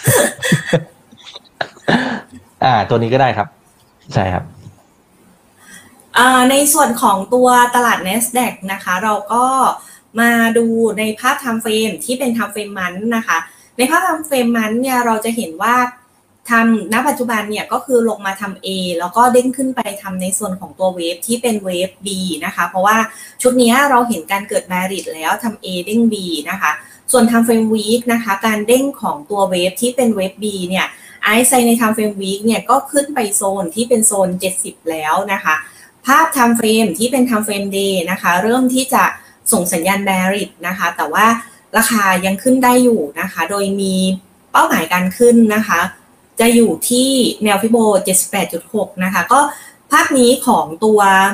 ตัวนี้ก็ได้ครับใช่ครับในส่วนของตัวตลาด NASDAQ นะคะเราก็มาดูในภาพ time frame ที่เป็น time frame มันนะคะในภาพ time frame มันเนี่ยเราจะเห็นว่าณปัจจุบันเนี่ยก็คือลงมาทำ A แล้วก็เด้งขึ้นไปทำในส่วนของตัวเวฟที่เป็นเวฟ B นะคะเพราะว่าชุดนี้เราเห็นการเกิด bearish แล้วทำ A เด้ง B นะคะส่วน time frame week นะคะการเด้งของตัวเวฟที่เป็นเวฟ B เนี่ยRSI ใน time frame week เนี่ยก็ขึ้นไปโซนที่เป็นโซน70แล้วนะคะภาพ time frame ที่เป็น time frame day นะคะเริ่มที่จะส่งสัญญาณ bearish นะคะแต่ว่าราคายังขึ้นได้อยู่นะคะโดยมีเป้าหมายการขึ้นนะคะจะอยู่ที่แนวฟิโบ 78.6 นะคะก็ภาพนี้ของตัว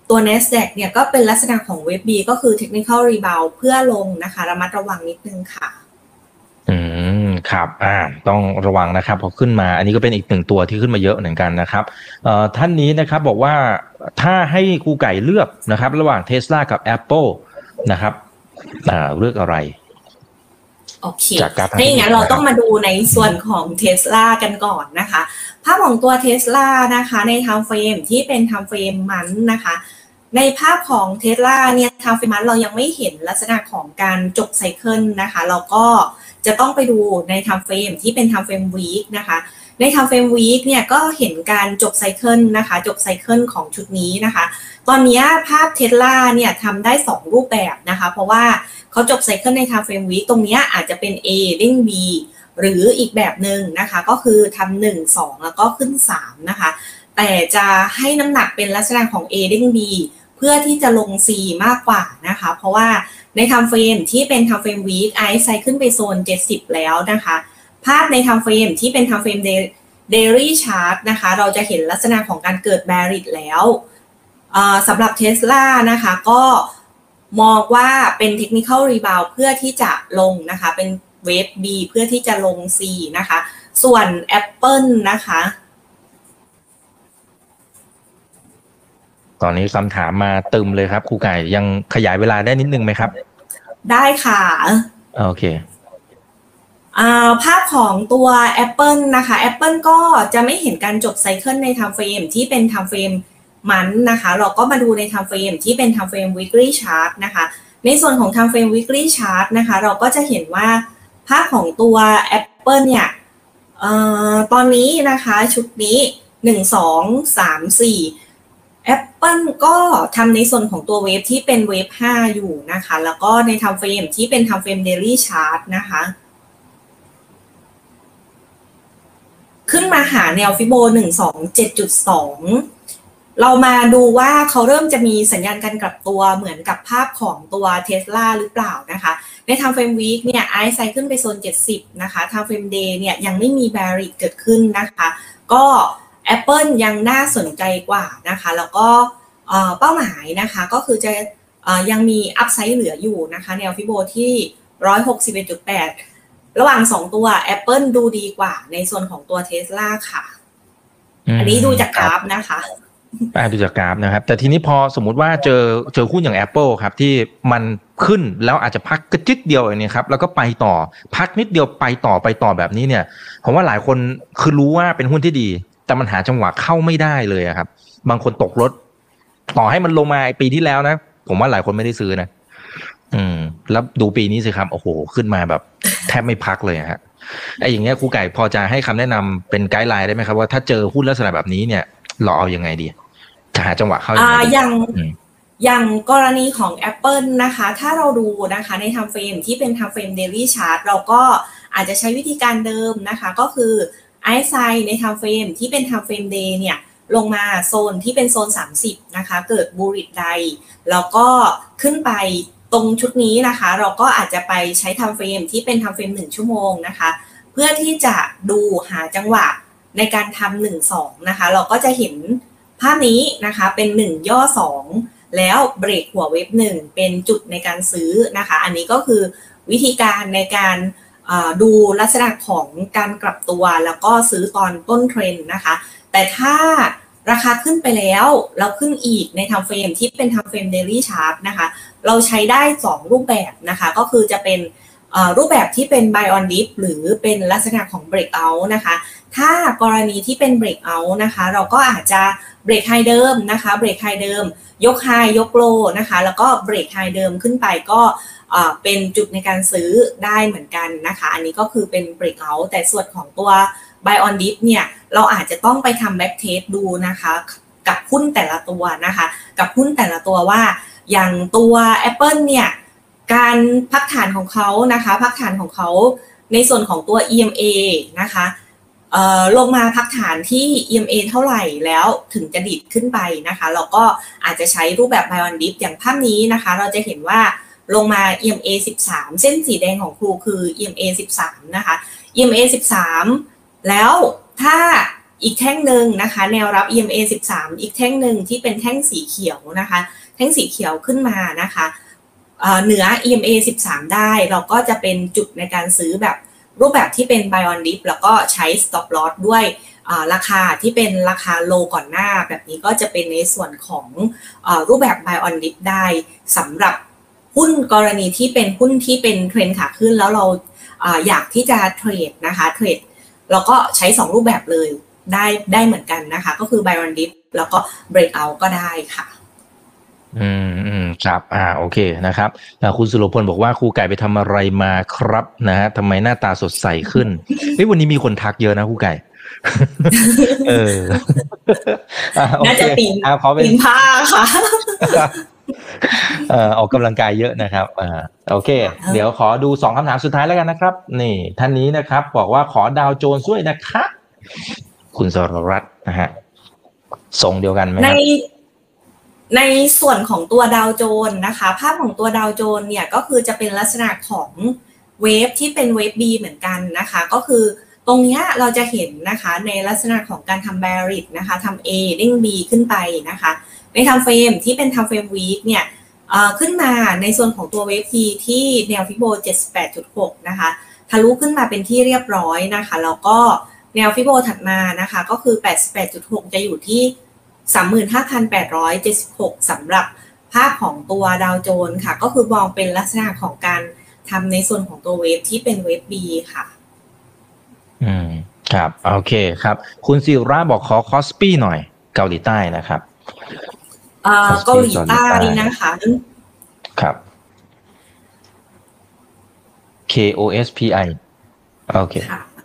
ตัว NASDAQ เนี่ยก็เป็นลักษณะของเว็บ B ก็คือ Technical Rebound เพื่อลงนะคะระมัดระวังนิดนึงค่ะครับต้องระวังนะครับพอขึ้นมาอันนี้ก็เป็นอีกหนึ่งตัวที่ขึ้นมาเยอะเหมือนกันนะครับท่านนี้นะครับบอกว่าถ้าให้ครูไก่เลือกนะครับระหว่าง Tesla กับ Apple นะครับเลือกอะไรโอเคถ้าอย่างนั้นเราต้องมาดูในส่วนของ Tesla กันก่อนนะคะภาพของตัว Tesla นะคะใน time frame ที่เป็น time frame มันนะคะในภาพของ Tesla เนี่ย time frame มันเรายังไม่เห็นลักษณะของการจบไซเคิลนะคะเราก็จะต้องไปดูใน time frame ที่เป็น time frame week นะคะใน time frame week เนี่ยก็เห็นการจบไซเคิลนะคะจบไซเคิลของชุดนี้นะคะตอนนี้ภาพ Tesla เนี่ยทำได้2รูปแบบนะคะเพราะว่าเขาจบไซเคิลใน time frame week ตรงนี้อาจจะเป็น A เด้ง B หรืออีกแบบหนึ่งนะคะก็คือทำ1 2แล้วก็ขึ้น3นะคะแต่จะให้น้ำหนักเป็นลักษณะของ A เด้ง B เพื่อที่จะลง C มากกว่านะคะเพราะว่าใน time frame ที่เป็น time frame week ไอซ์ไซขึ้นไปโซน70แล้วนะคะภาพใน time frame ที่เป็น time frame daily chart นะคะเราจะเห็นลักษณะของการเกิด bearish แล้วสำหรับ Tesla นะคะก็มองว่าเป็น technical rebound เพื่อที่จะลงนะคะเป็นเวฟ B เพื่อที่จะลง C นะคะส่วน Apple นะคะตอนนี้คำถามมาตึมเลยครับครูไก่ยังขยายเวลาได้นิดนึงไหมครับได้ค่ะโอเคภาพของตัว Apple นะคะ Apple ก็จะไม่เห็นการจบไซเคิลใน time frame ที่เป็น time frame มันนะคะเราก็มาดูใน time frame ที่เป็น time frame weekly chart นะคะในส่วนของ time frame weekly chart นะคะเราก็จะเห็นว่าภาพของตัว Apple เนี่ยตอนนี้นะคะชุดนี้1 2 3 4 Apple ก็ทำในส่วนของตัวเวฟที่เป็นเวฟ5อยู่นะคะแล้วก็ใน time frame ที่เป็น time frame daily chart นะคะขึ้นมาหาแนวฟิโบ 127.2 เรามาดูว่าเขาเริ่มจะมีสัญญาณการกลับตัวเหมือนกับภาพของตัว Tesla หรือเปล่านะคะใน time frame week เนี่ย RSI ขึ้นไปโซน70นะคะ time frame day เนี่ยยังไม่มี bearish เกิดขึ้นนะคะก็ Apple ยังน่าสนใจกว่านะคะแล้วก็เป้าหมายนะคะก็คือจะยังมี upside เหลืออยู่นะคะแนวฟิโบที่ 161.8 ระหว่าง2ตัว Apple ดูดีกว่าในส่วนของตัว Tesla ค่ะอันนี้ดูจากกราฟนะคะดูจากกราฟนะครับแต่ทีนี้พอสมมุติว่าเจอหุ้นอย่าง Apple ครับที่มันขึ้นแล้วอาจจะพักกระจิตเดียวอย่างนี้ครับแล้วก็ไปต่อพักนิดเดียวไปต่อแบบนี้เนี่ยผมว่าหลายคนคือรู้ว่าเป็นหุ้นที่ดีแต่มันหาจังหวะเข้าไม่ได้เลยครับบางคนตกรถต่อให้มันลงมาปีที่แล้วนะผมว่าหลายคนไม่ได้ซื้อนะแล้วดูปีนี้สิครับโอ้โหขึ้นมาแบบแทบไม่พักเลยฮะไอ้อย่างเงี้ยครูไก่พอจะให้คำแนะนำเป็นไกด์ไลน์ได้ไหมครับว่าถ้าเจอหุ้นลักษณะแบบนี้เนี่ยเราเอายังไงดีจะหาจังหวะเข้าอย่างกรณีของ Apple นะคะถ้าเราดูนะคะใน time frame ที่เป็น time frame daily chart เราก็อาจจะใช้วิธีการเดิมนะคะก็คือ RSI ใน time frame ที่เป็น time frame day เนี่ยลงมาโซนที่เป็นโซน30นะคะเกิด bullish ใดแล้วก็ขึ้นไปตรงชุดนี้นะคะเราก็อาจจะไปใช้ time frame ที่เป็น time frame 1 ชั่วโมงนะคะเพื่อที่จะดูหาจังหวะในการทำ1-2นะคะเราก็จะเห็นภาพนี้นะคะเป็น1ย่อ2แล้วเบรกหัวเว็บ1เป็นจุดในการซื้อนะคะอันนี้ก็คือวิธีการในการดูลักษณะของการกลับตัวแล้วก็ซื้อตอนต้นเทรนด์นะคะแต่ถ้าราคาขึ้นไปแล้วเราขึ้นอีกใน time frame ที่เป็น time frame daily chart นะคะเราใช้ได้2รูปแบบนะคะก็คือจะเป็นรูปแบบที่เป็น buy on dip หรือเป็นลักษณะของ breakout นะคะถ้ากรณีที่เป็น breakout นะคะเราก็อาจจะ break high เดิมนะคะ break high เดิมยก high ยก low นะคะแล้วก็ break high เดิมขึ้นไปก็เป็นจุดในการซื้อได้เหมือนกันนะคะอันนี้ก็คือเป็น breakout แต่ส่วนของตัว buy on dip เนี่ยเราอาจจะต้องไปทำ back test ดูนะคะกับหุ้นแต่ละตัวนะคะกับหุ้นแต่ละตัวว่าอย่างตัว Apple เนี่ยการพักฐานของเขานะคะพักฐานของเขาในส่วนของตัว EMA นะคะลงมาพักฐานที่ EMA เท่าไหร่แล้วถึงจะดิดขึ้นไปนะคะเราก็อาจจะใช้รูปแบบ buy on dip อย่างภาพนี้นะคะเราจะเห็นว่าลงมา EMA 13เส้นสีแดงของครูคือ EMA 13นะคะ EMA 13แล้วถ้าอีกแท่งหนึ่งนะคะแนวรับ EMA 13อีกแท่งหนึ่งที่เป็นแท่งสีเขียวนะคะแท่งสีเขียวขึ้นมานะคะเหนือ EMA 13ได้เราก็จะเป็นจุดในการซื้อแบบรูปแบบที่เป็น buy on dip แล้วก็ใช้ stop loss ด้วยราคาที่เป็นราคา low ก่อนหน้าแบบนี้ก็จะเป็นในส่วนของรูปแบบ buy on dip ได้สำหรับหุ้นกรณีที่เป็นหุ้นที่เป็นเทรนด์ขาขึ้นแล้วเราอยากที่จะเทรดนะคะเทรดเราก็ใช้2รูปแบบเลยได้เหมือนกันนะคะก็คือ buy on dip แล้วก็ break out ก็ได้ค่ะครับโอเคนะครับคุณสุรพลบอกว่าครูไก่ไปทำอะไรมาครับนะฮะทำไมหน้าตาสดใสขึ้นวันนี้มีคนทักเยอะนะครูไก่น่าจะปีนผ้าค่ะออกกำลังกายเยอะนะครับโอเคเดี๋ยวขอดู2คำถามสุดท้ายแล้วกันนะครับนี่ท่านนี้นะครับบอกว่าขอดาวโจนส์ด้วยนะคะคุณสรรัตน์นะฮะส่งเดียวกันไหมครับในส่วนของตัวดาวโจนส์นะคะภาพของตัวดาวโจนส์เนี่ยก็คือจะเป็นลักษณะของเวฟที่เป็นเวฟ B เหมือนกันนะคะก็คือตรงนี้เราจะเห็นนะคะในลักษณะของการทำ bearish นะคะทำ A เด้ง B ขึ้นไปนะคะในไทม์เฟรมที่เป็นไทม์เฟรม week เนี่ยขึ้นมาในส่วนของตัวเวฟ P ที่แนวฟิโบ 78.6 นะคะทะลุขึ้นมาเป็นที่เรียบร้อยนะคะแล้วก็แนวฟิโบถัดมานะคะก็คือ 88.6 จะอยู่ที่ 35,876 สำหรับภาพของตัวดาวโจนส์ค่ะก็คือมองเป็นลักษณะของการทำในส่วนของตัวเวฟที่เป็นเวฟ B ค่ะครับโอเคครับคุณศิระบอกขอคอสปี้หน่อยเกาหลีใต้นะครับเกาหลีใต้นะคะครับ KOSPI โอเค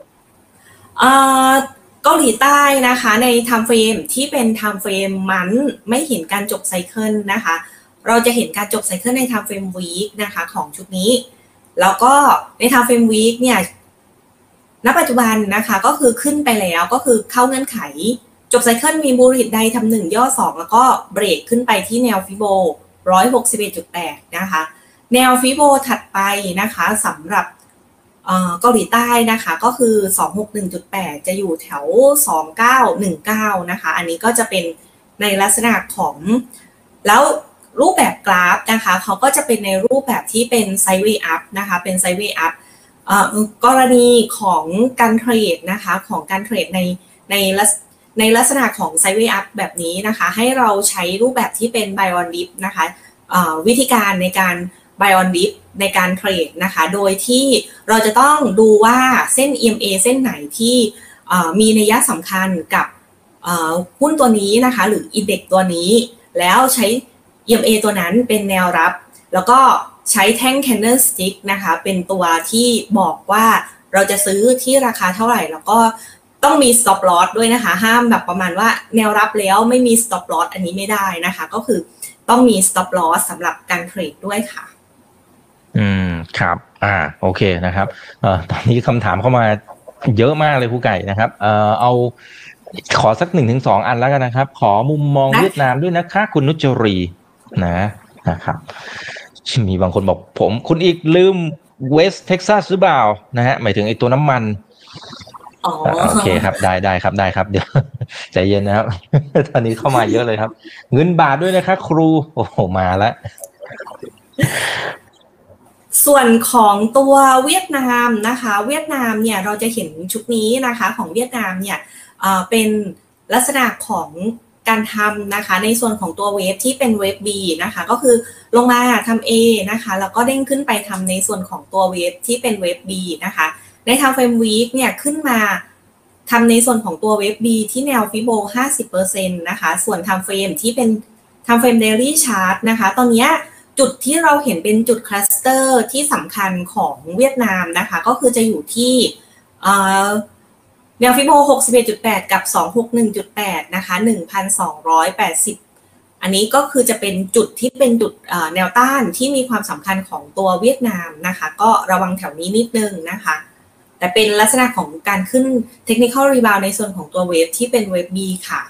เกาหลีใต้นะคะในไทม์เฟรมที่เป็นไทม์เฟรมมันไม่เห็นการจบไซเคิลนะคะเราจะเห็นการจบไซเคิลในไทม์เฟรมวีคนะคะของชุดนี้แล้วก็ในไทม์เฟรมวีคเนี่ยณปัจจุบันนะคะก็คือขึ้นไปแล้วก็คือเข้าเงื่อนไขจบไซเคิลมีบูลลิตไดทำ1ย่อ2แล้วก็เบรกขึ้นไปที่แนวฟิโบ 161.8 นะคะแนวฟิโบถัดไปนะคะสำหรับเกาหลีใต้นะคะก็คือ 261.8 จะอยู่แถว 2919 นะคะอันนี้ก็จะเป็นในลักษณะของแล้วรูปแบบกราฟนะคะเขาก็จะเป็นในรูปแบบที่เป็นไซด์เวย์อัพนะคะเป็นไซด์เวย์อัพกรณีของการเทรดนะคะของการเทรดในลักษณะของไซด์เวย์อัพแบบนี้นะคะให้เราใช้รูปแบบที่เป็น buy on dip นะคะวิธีการในการ buy on dip ในการเทรดนะคะโดยที่เราจะต้องดูว่าเส้น EMA เส้นไหนที่มีนัยสำคัญกับหุ้นตัวนี้นะคะหรือ index ตัวนี้แล้วใช้ EMA ตัวนั้นเป็นแนวรับแล้วก็ใช้แท่ง candlestick นะคะเป็นตัวที่บอกว่าเราจะซื้อที่ราคาเท่าไหร่แล้วก็ต้องมี stop loss ด้วยนะคะห้ามแบบประมาณว่าแนวรับแล้วไม่มี stop loss อันนี้ไม่ได้นะคะก็คือต้องมี stop loss สำหรับการเทรดด้วยค่ะครับโอเคนะครับตอนนี้คำถามเข้ามาเยอะมากเลยครูไก่นะครับเอาขอสัก 1-2 อันแล้วกันนะครับขอมุมมองเวียดนามด้วยนะคะคุณนุชจรีนะครับมีบางคนบอกคุณอีกลืมเวสต์เท็กซัสหรือเปล่านะฮะหมายถึงไอ้ตัวน้ำมันโอเคครับได้ครับเดี๋ยวใจเย็นนะครับตอนนี้เข้ามาเยอะเลยครับเงินบาทด้วยนะคะครูโอ้โหมาแล้วส่วนของตัวเวียดนามนะคะเวียดนามเนี่ยเราจะเห็นชุดนี้นะคะของเวียดนามเนี่ยเป็นลักษณะของการทำนะคะในส่วนของตัวเวฟที่เป็นเวฟ B นะคะก็คือลงมาทำ A นะคะแล้วก็เด้งขึ้นไปทำในส่วนของตัวเวฟที่เป็นเวฟ B นะคะในไทม์เฟรมวีคเนี่ยขึ้นมาทำในส่วนของตัวเวฟ B ที่แนวฟิโบ 50% นะคะส่วนไทม์เฟรมที่เป็นไทม์เฟรมเดลี่ชาร์ตนะคะตอนนี้จุดที่เราเห็นเป็นจุดคลัสเตอร์ที่สำคัญของเวียดนามนะคะก็คือจะอยู่ที่แนวฟิโบ 61.8 กับ 261.8 นะคะ 1,280 อันนี้ก็คือจะเป็นจุดที่เป็นจุดแนวต้านที่มีความสำคัญของตัวเวียดนามนะคะก็ระวังแถวนี้นิดนึงนะคะแต่เป็นลักษณะของการขึ้น Technical Rebound ในส่วนของตัวเวฟที่เป็นเวฟ B ค่ะ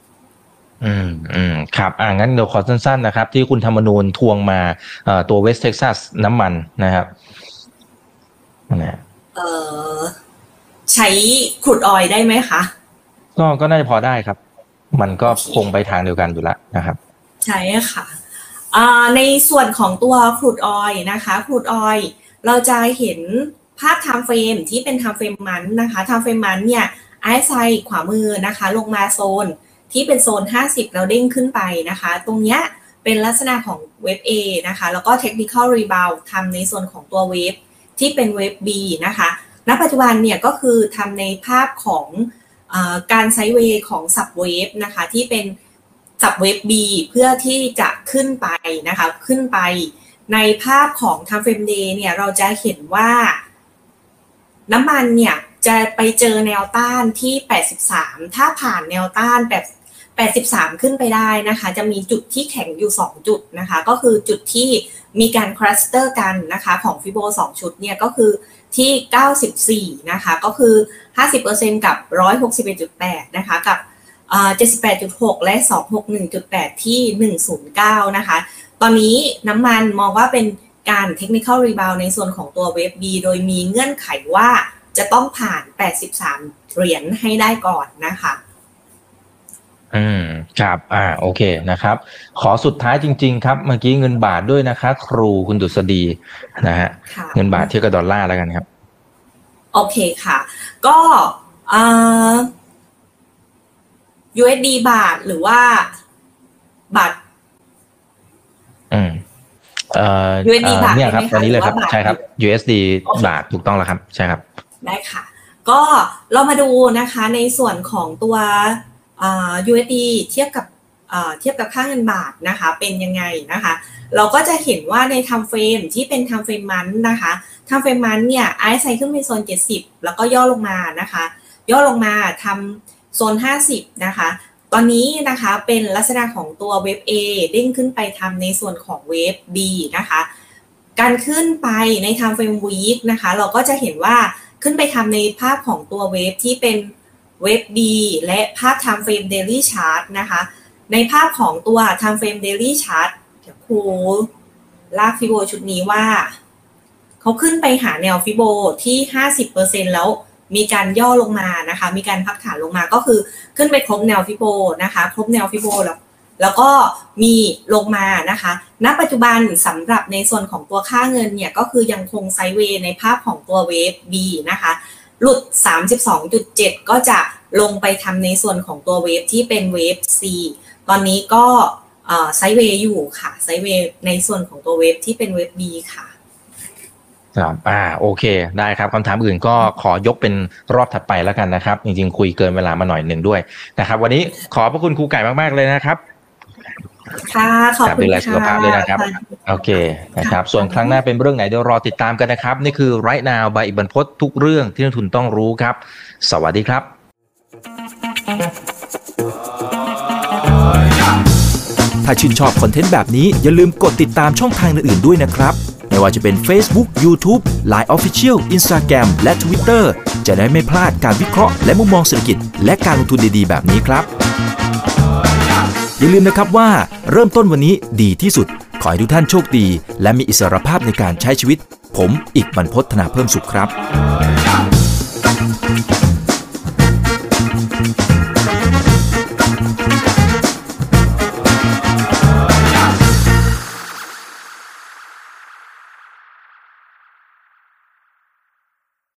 ครับงั้นเดี๋ยวขอสั้นๆนะครับที่คุณธรรมนูญทวงมาตัวเวสต์เท็กซัสน้ำมันนะครับใช้ครูดออยล์ได้ไหมคะก็น่าจะพอได้ครับมันก็คงไปทางเดียวกันอยู่แล้วนะครับใช่ค่ะในส่วนของตัวครูดออยล์นะคะครูดออยล์เราจะเห็นภาพ time frame ที่เป็น time frame มันนะคะ time frame มันเนี่ยไอซ์ไซด์ขวามือนะคะลงมาโซนที่เป็นโซน50แล้วเด้งขึ้นไปนะคะตรงเนี้ยเป็นลักษณะของเวฟ A นะคะแล้วก็ technical rebound ทำในส่วนของตัวเวฟที่เป็นเวฟ B นะคะณปัจจุบันเนี่ยก็คือทำในภาพของการไซด์เวย์ของซับเวฟนะคะที่เป็นซับเวฟ B เพื่อที่จะขึ้นไปนะคะขึ้นไปในภาพของ time frame day เนี่ยเราจะเห็นว่าน้ำมันเนี่ยจะไปเจอแนวต้านที่83ถ้าผ่านแนวต้านแบบ83ขึ้นไปได้นะคะจะมีจุดที่แข็งอยู่2จุดนะคะก็คือจุดที่มีการคลัสเตอร์กันนะคะของฟิโบ2ชุดเนี่ยก็คือที่94นะคะก็คือ 50% กับ 161.8 นะคะกับ78.6 และ 261.8 ที่109นะคะตอนนี้น้ำมันมองว่าเป็นการ technical rebound ในส่วนของตัวเวฟ B โดยมีเงื่อนไขว่าจะต้องผ่าน83เหรียญให้ได้ก่อนนะคะครับโอเคนะครับขอสุดท้ายจริงๆครับเมื่อกี้เงินบาทด้วยนะคะครูคุณดุษฎีนะฮะเงินบาทเทียบกับดอลลาร์แล้วกันครับโอเคค่ะก็USD บาทหรือว่าบาท USD บาทเนี่ยครับตอนนี้เลยครับใช่ครับ USD บาทถูกต้องแล้วครับใช่ครับได้ค่ะก็เรามาดูนะคะในส่วนของตัวUSD เทียบกับค่าเงินบาทนะคะเป็นยังไงนะคะเราก็จะเห็นว่าใน time frame ที่เป็น time frame มันนะคะ time frame มันเนี่ยไอซ์ไซขึ้นไปโซน70แล้วก็ย่อลงมานะคะย่อลงมาทำโซน50นะคะตอนนี้นะคะเป็นลักษณะของตัวเวฟ A เด้งขึ้นไปทำในส่วนของเวฟ B นะคะการขึ้นไปใน time frame week นะคะเราก็จะเห็นว่าขึ้นไปทำในภาพของตัวเวฟที่เป็นเวฟ B และภาพ time frame daily chart นะคะในภาพของตัว time frame daily chart เดี๋ยวครูลากฟิโบชุดนี้ว่าเขาขึ้นไปหาแนวฟิโบที่ 50% แล้วมีการย่อลงมานะคะมีการพักฐานลงมาก็คือขึ้นไปครบแนวฟิโบนะคะครบแนวฟิโบแล้วก็มีลงมานะคะณปัจจุบันสำหรับในส่วนของตัวค่าเงินเนี่ยก็คือยังคงไซด์เวย์ในภาพของตัวเวฟ B นะคะหลุด 32.7 ก็จะลงไปทำในส่วนของตัวเวฟที่เป็นเวฟ C ตอนนี้ก็ไซด์เวย์อยู่ค่ะไซด์เวย์ในส่วนของตัวเวฟที่เป็นเวฟ B ค่ะครับโอเคได้ครับคำถามอื่นก็ขอยกเป็นรอบถัดไปแล้วกันนะครับจริงๆคุยเกินเวลามาหน่อยหนึ่งด้วยนะครับวันนี้ขอบพระคุณครูไก่มากๆเลยนะครับค่ะขอบคุณค่ะดูแลสุขภาพเลยนะครับโอเคนะครับส่วนครั้งหน้าเป็นเรื่องไหนเดี๋ยวรอติดตามกันนะครับนี่คือ Right Now by อีกบรรพตทุกเรื่องที่นักทุนต้องรู้ครับสวัสดีครับถ้าชื่นชอบคอนเทนต์แบบนี้อย่าลืมกดติดตามช่องทางอื่นๆด้วยนะครับไม่ว่าจะเป็น Facebook, YouTube, Line Official, Instagram และ Twitter จะได้ไม่พลาดการวิเคราะห์และมุมมองเศรษฐกิจและการลงทุนดีๆแบบนี้ครับอย่าลืมนะครับว่าเริ่มต้นวันนี้ดีที่สุดขอให้ทุกท่านโชคดีและมีอิสรภาพในการใช้ชีวิตผมอีกบรรพต ธนาเพิ่มสุขครับ